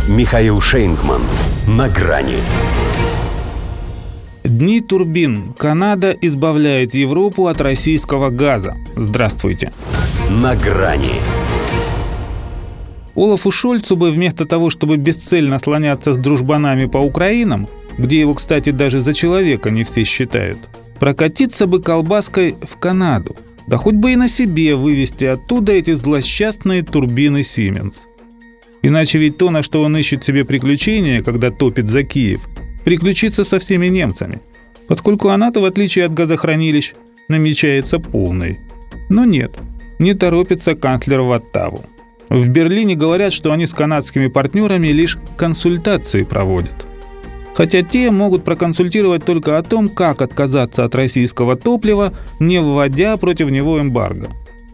Михаил Шейнгман. На грани. Дни турбин. Канада избавляет Европу от российского газа. Здравствуйте. На грани. Олафу Шольцу бы вместо того, чтобы бесцельно слоняться с дружбанами по Украинам, где его, кстати, даже за человека не все считают, прокатиться бы колбаской в Канаду. Да хоть бы и на себе вывести оттуда эти злосчастные турбины Siemens. Иначе ведь то, на что он ищет себе приключения, когда топит за Киев, приключится со всеми немцами, поскольку она-то, в отличие от газохранилищ, намечается полной. Но нет, не торопится канцлер в Оттаву. В Берлине говорят, что они с канадскими партнерами лишь консультации проводят. Хотя те могут проконсультировать только о том, как отказаться от российского топлива, не вводя против него эмбарго.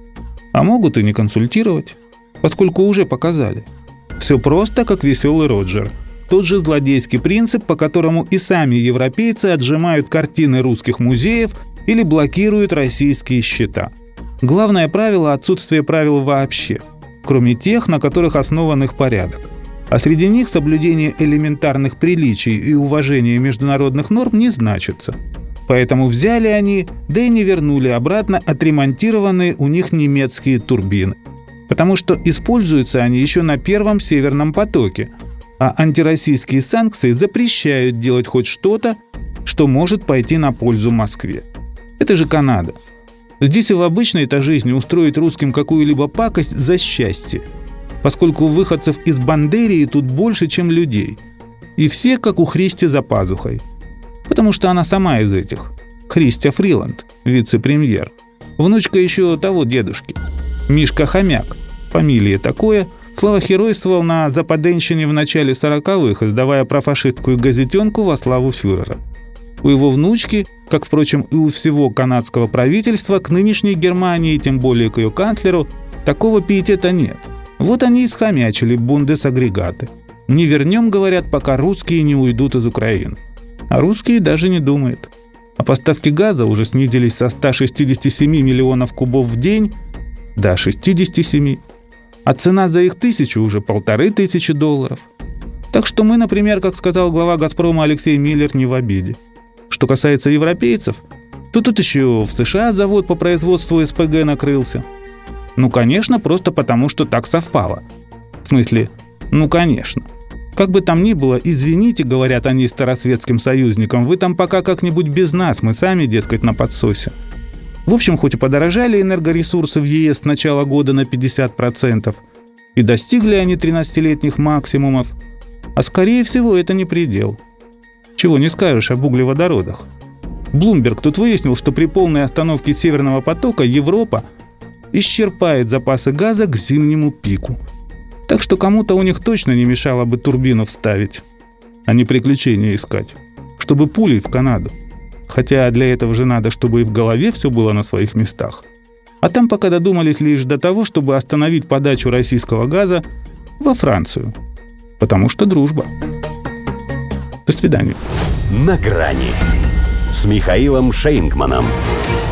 А могут и не консультировать, поскольку уже показали. Все просто, как веселый Роджер. Тот же злодейский принцип, по которому и сами европейцы отжимают картины русских музеев или блокируют российские счета. Главное правило – отсутствие правил вообще, кроме тех, на которых основан их порядок. А среди них соблюдение элементарных приличий и уважение международных норм не значится. Поэтому взяли они, да и не вернули обратно отремонтированные у них немецкие турбины. Потому что используются они еще на первом Северном потоке, а антироссийские санкции запрещают делать хоть что-то, что может пойти на пользу Москве. Это же Канада. Здесь и в обычной-то жизни устроить русским какую-либо пакость за счастье, поскольку выходцев из Бандерии тут больше, чем людей. И все, как у Христи за пазухой. Потому что она сама из этих. Христя Фриланд, вице-премьер. Внучка еще того дедушки. Мишка Хомяк. Фамилия такое. Славохеройствовал на западенщине в начале 40-х, издавая профашистскую газетенку во славу фюрера. У его внучки, как, впрочем, и у всего канадского правительства, к нынешней Германии, тем более к ее канцлеру, такого пиетета нет. Вот они и схомячили бундесагрегаты. Не вернем, говорят, пока русские не уйдут из Украины. А русские даже не думают. А поставки газа уже снизились со 167 миллионов кубов в день до 67. А цена за их 1000 уже $1500. Так что мы, например, как сказал глава «Газпрома» Алексей Миллер, не в обиде. Что касается европейцев, то тут еще в США завод по производству СПГ накрылся. Ну, конечно, просто потому, что так совпало. В смысле, ну, конечно. Как бы там ни было, извините, говорят они старосветским союзникам, вы там пока как-нибудь без нас, мы сами, дескать, на подсосе. В общем, хоть и подорожали энергоресурсы в ЕС с начала года на 50%, и достигли они 13-летних максимумов, а скорее всего это не предел. Чего не скажешь об углеводородах. Блумберг тут выяснил, что при полной остановке Северного потока Европа исчерпает запасы газа к зимнему пику. Так что кому-то у них точно не мешало бы турбину вставить, а не приключения искать, чтобы пулей в Канаду. Хотя для этого же надо, чтобы и в голове все было на своих местах. А там пока додумались лишь до того, чтобы остановить подачу российского газа во Францию. Потому что дружба. До свидания. На грани с Михаилом Шейнгманом.